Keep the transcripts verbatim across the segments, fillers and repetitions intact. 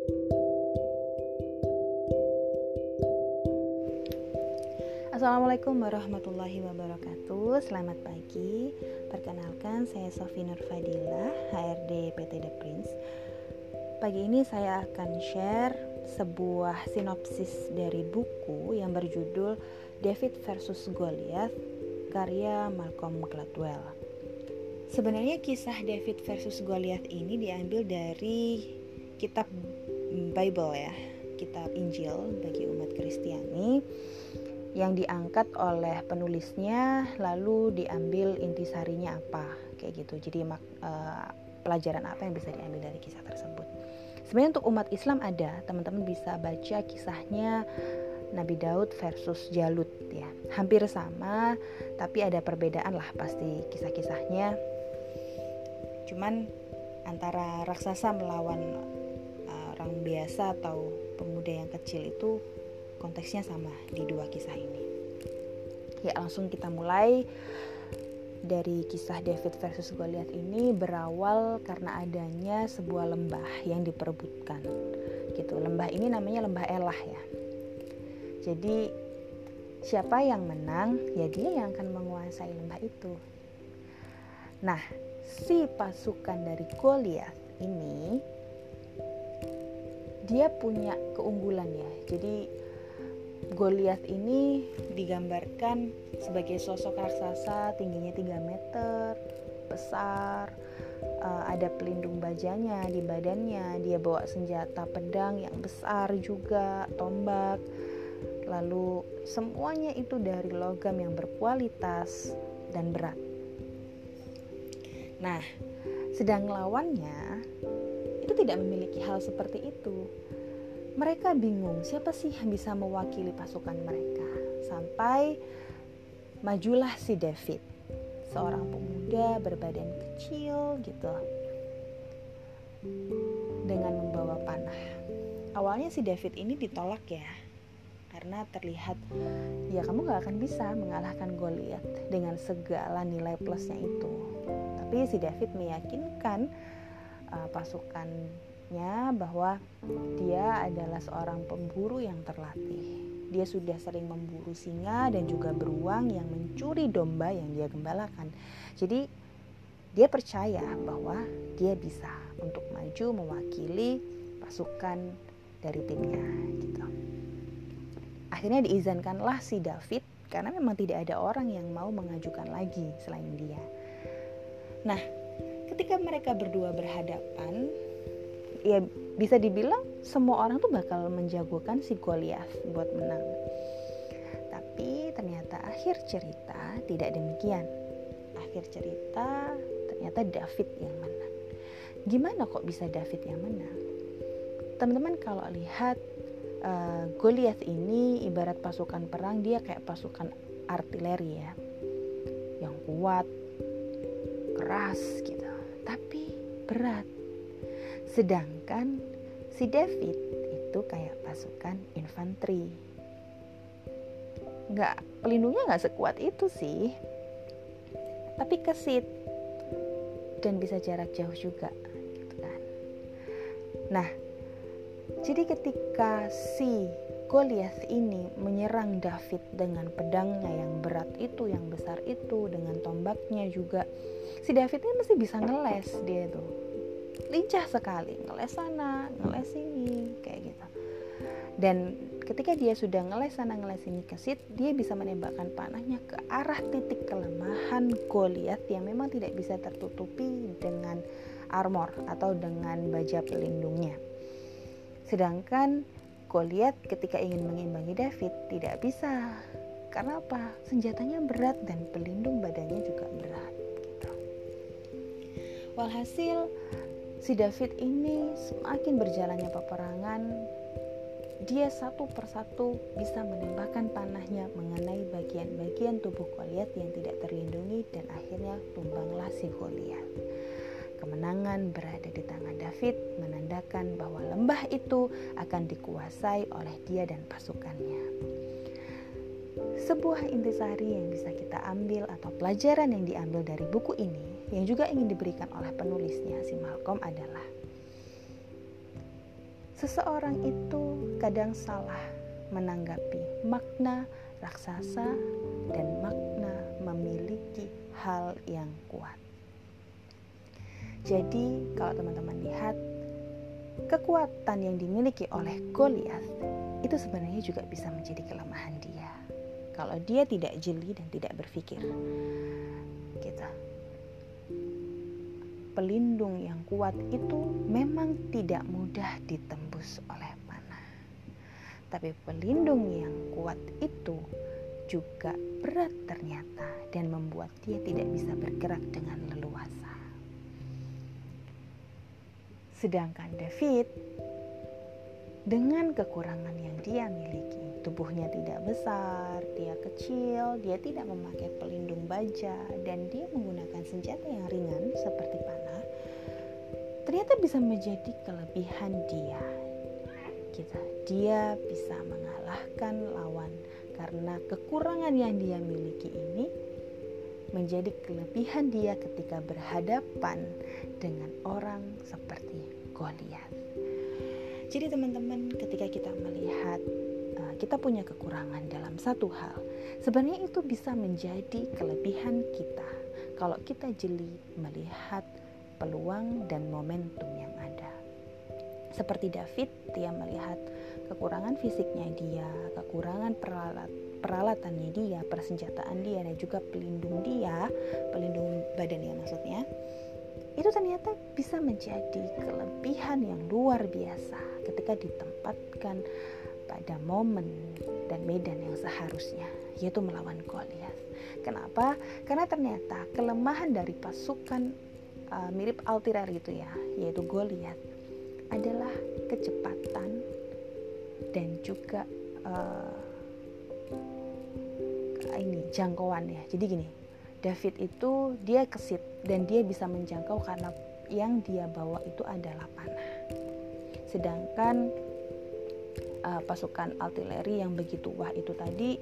Assalamualaikum warahmatullahi wabarakatuh. Selamat pagi. Perkenalkan, saya Sofi Nur Fadila, H R D P T The Prince. Pagi ini saya akan share sebuah sinopsis dari buku yang berjudul David versus Goliath, karya Malcolm Gladwell. Sebenarnya kisah David versus Goliath ini diambil dari kitab Bible ya, kitab Injil bagi umat Kristiani, yang diangkat oleh penulisnya lalu diambil intisarinya apa kayak gitu. Jadi mak, uh, pelajaran apa yang bisa diambil dari kisah tersebut. Sebenarnya untuk umat Islam ada, teman-teman bisa baca kisahnya Nabi Daud versus Jalut ya. Hampir sama, tapi ada perbedaan lah pasti kisah-kisahnya. Cuman antara raksasa melawan uh, orang biasa atau pemuda yang kecil itu konteksnya sama di dua kisah ini. Ya, langsung kita mulai dari kisah David versus Goliath ini. Berawal karena adanya sebuah lembah yang diperebutkan. Gitu. Lembah ini namanya lembah Elah ya. Jadi siapa yang menang, ya dia yang akan menguasai lembah itu. Nah, si pasukan dari Goliath ini dia punya keunggulan ya. Jadi Goliath ini digambarkan sebagai sosok raksasa, tingginya tiga meter, besar, uh, ada pelindung bajanya di badannya, dia bawa senjata pedang yang besar juga, tombak, lalu semuanya itu dari logam yang berkualitas dan berat. Nah, sedang lawannya itu tidak memiliki hal seperti itu. Mereka bingung siapa sih yang bisa mewakili pasukan mereka. Sampai majulah si David, seorang pemuda berbadan kecil gitu, dengan membawa panah. Awalnya si David ini ditolak ya, karena terlihat ya kamu gak akan bisa mengalahkan Goliath dengan segala nilai plusnya itu. Tapi si David meyakinkan uh, pasukannya bahwa dia adalah seorang pemburu yang terlatih. Dia sudah sering memburu singa dan juga beruang yang mencuri domba yang dia gembalakan. Jadi dia percaya bahwa dia bisa untuk maju mewakili pasukan dari timnya gitu. Akhirnya diizinkanlah si David karena memang tidak ada orang yang mau mengajukan lagi selain dia. Nah, ketika mereka berdua berhadapan, ya bisa dibilang semua orang tuh bakal menjagokan si Goliath buat menang. Tapi ternyata akhir cerita tidak demikian. Akhir cerita ternyata David yang menang. Gimana kok bisa David yang menang? Teman-teman kalau lihat uh, Goliath ini ibarat pasukan perang, dia kayak pasukan artileri ya, yang kuat, keras gitu, tapi berat. Sedangkan si David itu kayak pasukan infanteri. Nggak, pelindungnya nggak sekuat itu sih, tapi kesit dan bisa jarak jauh juga, gitu kan. Nah, jadi ketika si Goliath ini menyerang David dengan pedangnya yang berat itu, yang besar itu, dengan tombaknya juga, si David ini mesti bisa ngeles dia tuh. Lincah sekali, ngeles sana, ngeles sini, kayak gitu. Dan ketika dia sudah ngeles sana, ngeles sini kesit, dia bisa menembakkan panahnya ke arah titik kelemahan Goliath yang memang tidak bisa tertutupi dengan armor atau dengan baja pelindungnya. Sedangkan Goliath ketika ingin mengimbangi David tidak bisa. Karena apa? Senjatanya berat dan pelindung badannya juga berat gitu. Walhasil si David ini semakin berjalannya peperangan, dia satu persatu bisa menembakkan panahnya mengenai bagian-bagian tubuh Goliath yang tidak terlindungi, dan akhirnya tumbanglah si Goliath. Kemenangan berada di tangan David, menandakan bahwa lembah itu akan dikuasai oleh dia dan pasukannya. Sebuah intisari yang bisa kita ambil atau pelajaran yang diambil dari buku ini, yang juga ingin diberikan oleh penulisnya si Malcolm, adalah seseorang itu kadang salah menanggapi makna raksasa dan makna memiliki hal yang kuat. Jadi kalau teman-teman lihat, kekuatan yang dimiliki oleh Goliat itu sebenarnya juga bisa menjadi kelemahan dia kalau dia tidak jeli dan tidak berpikir. Gitu. Pelindung yang kuat itu memang tidak mudah ditembus oleh panah. Tapi pelindung yang kuat itu juga berat ternyata dan membuat dia tidak bisa bergerak dengan leluasa. Sedangkan David dengan kekurangan yang dia miliki, tubuhnya tidak besar, dia kecil, dia tidak memakai pelindung baja, dan dia menggunakan senjata yang ringan seperti panah, ternyata bisa menjadi kelebihan dia. Kita, dia bisa mengalahkan lawan karena kekurangan yang dia miliki ini menjadi kelebihan dia ketika berhadapan dengan orang seperti Goliat. Jadi teman-teman, ketika kita melihat uh, kita punya kekurangan dalam satu hal, sebenarnya itu bisa menjadi kelebihan kita kalau kita jeli melihat peluang dan momentum yang ada. Seperti David, dia melihat kekurangan fisiknya dia, kekurangan peralat, peralatannya dia, persenjataan dia, dan juga pelindung dia, pelindung badannya maksudnya, itu ternyata bisa menjadi kelebihan yang luar biasa ketika ditempatkan pada momen dan medan yang seharusnya, yaitu melawan Goliat. Kenapa? Karena ternyata kelemahan dari pasukan uh, mirip artileri itu ya, yaitu Goliat, adalah kecepatan dan juga uh, ini jangkauan ya. Jadi gini, David itu dia kesit dan dia bisa menjangkau karena yang dia bawa itu adalah panah. Sedangkan uh, pasukan artileri yang begitu wah itu tadi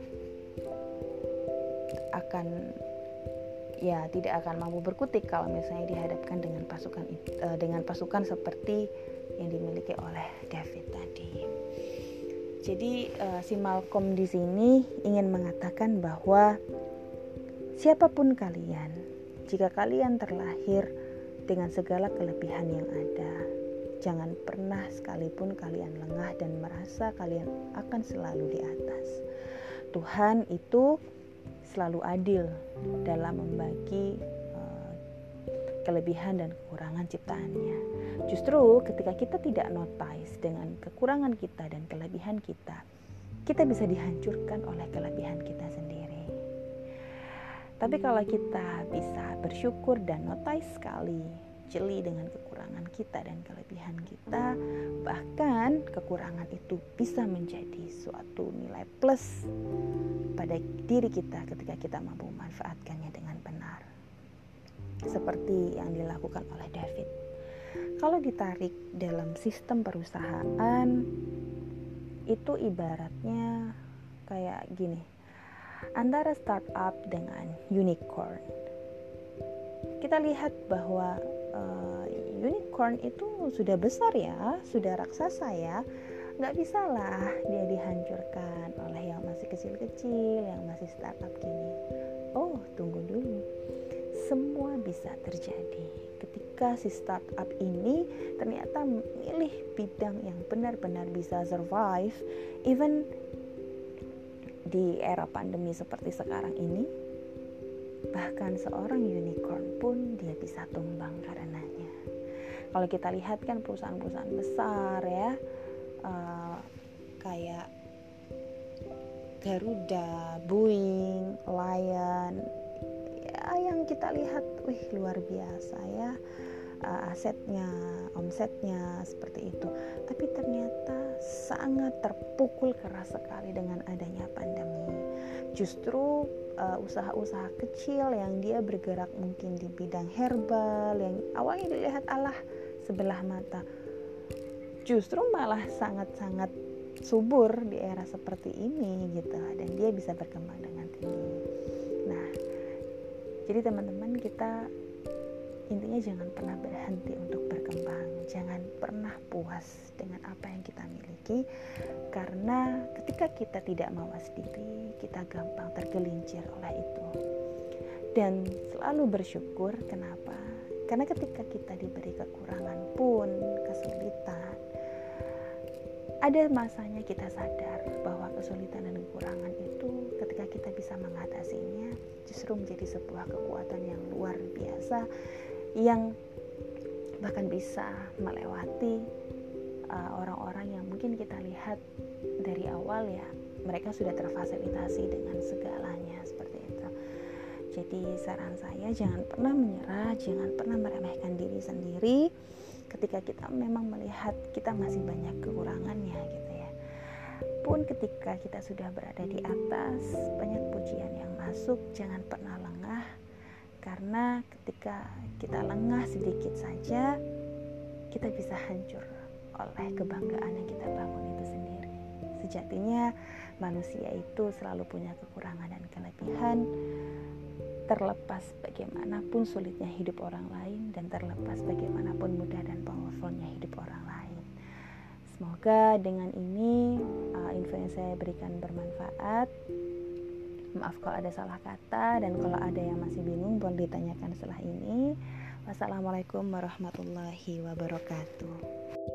akan ya tidak akan mampu berkutik kalau misalnya dihadapkan dengan pasukan uh, dengan pasukan seperti yang dimiliki oleh David tadi. Jadi uh, si Malcolm di sini ingin mengatakan bahwa siapapun kalian, jika kalian terlahir dengan segala kelebihan yang ada, jangan pernah sekalipun kalian lengah dan merasa kalian akan selalu di atas. Tuhan itu selalu adil dalam membagi uh, kelebihan dan kekurangan ciptaannya. Justru ketika kita tidak notice dengan kekurangan kita dan kelebihan kita, kita bisa dihancurkan oleh kelebihan kita sendiri. Tapi kalau kita bisa bersyukur dan notice sekali, jeli dengan kekurangan kita dan kelebihan kita, bahkan kekurangan itu bisa menjadi suatu nilai plus pada diri kita ketika kita mampu memanfaatkannya dengan benar. Seperti yang dilakukan oleh David. Kalau ditarik dalam sistem perusahaan, itu ibaratnya kayak gini. Antara startup dengan unicorn, kita lihat bahwa uh, unicorn itu sudah besar ya, sudah raksasa ya, nggak bisa lah dia dihancurkan oleh yang masih kecil-kecil, yang masih startup gini. Oh, tunggu dulu, semua bisa terjadi ketika si startup ini ternyata memilih bidang yang benar-benar bisa survive, even di era pandemi seperti sekarang ini. Bahkan seorang unicorn pun dia bisa tumbang karenanya. Kalau kita lihat kan perusahaan-perusahaan besar ya, uh, kayak Garuda, Boeing, Lion, ya yang kita lihat, wih luar biasa ya, uh, asetnya, omsetnya seperti itu. Tapi ternyata sangat terpukul keras sekali dengan adanya pandemi. Justru uh, usaha-usaha kecil yang dia bergerak mungkin di bidang herbal yang awalnya dilihat alah sebelah mata, justru malah sangat-sangat subur di era seperti ini gitu, dan dia bisa berkembang dengan tinggi. Nah, jadi teman-teman, kita Intinya jangan pernah berhenti untuk berkembang, jangan pernah puas dengan apa yang kita miliki, karena ketika kita tidak mawas diri, kita gampang tergelincir oleh itu. Dan selalu bersyukur. Kenapa? Karena ketika kita diberi kekurangan pun, kesulitan, ada masanya kita sadar bahwa kesulitan dan kekurangan itu ketika kita bisa mengatasinya justru menjadi sebuah kekuatan yang luar biasa, yang bahkan bisa melewati uh, orang-orang yang mungkin kita lihat dari awal ya mereka sudah terfasilitasi dengan segalanya seperti itu. Jadi saran saya, jangan pernah menyerah, jangan pernah meremehkan diri sendiri ketika kita memang melihat kita masih banyak kekurangannya gitu ya. Pun ketika kita sudah berada di atas, banyak pujian yang masuk, jangan pernah lengah. Karena ketika kita lengah sedikit saja, kita bisa hancur oleh kebanggaan yang kita bangun itu sendiri. Sejatinya manusia itu selalu punya kekurangan dan kelebihan, terlepas bagaimanapun sulitnya hidup orang lain dan terlepas bagaimanapun mudah dan powerfulnya hidup orang lain. Semoga dengan ini uh, info yang saya berikan bermanfaat. Maaf kalau ada salah kata, dan kalau ada yang masih bingung boleh ditanyakan setelah ini. Wassalamualaikum warahmatullahi wabarakatuh.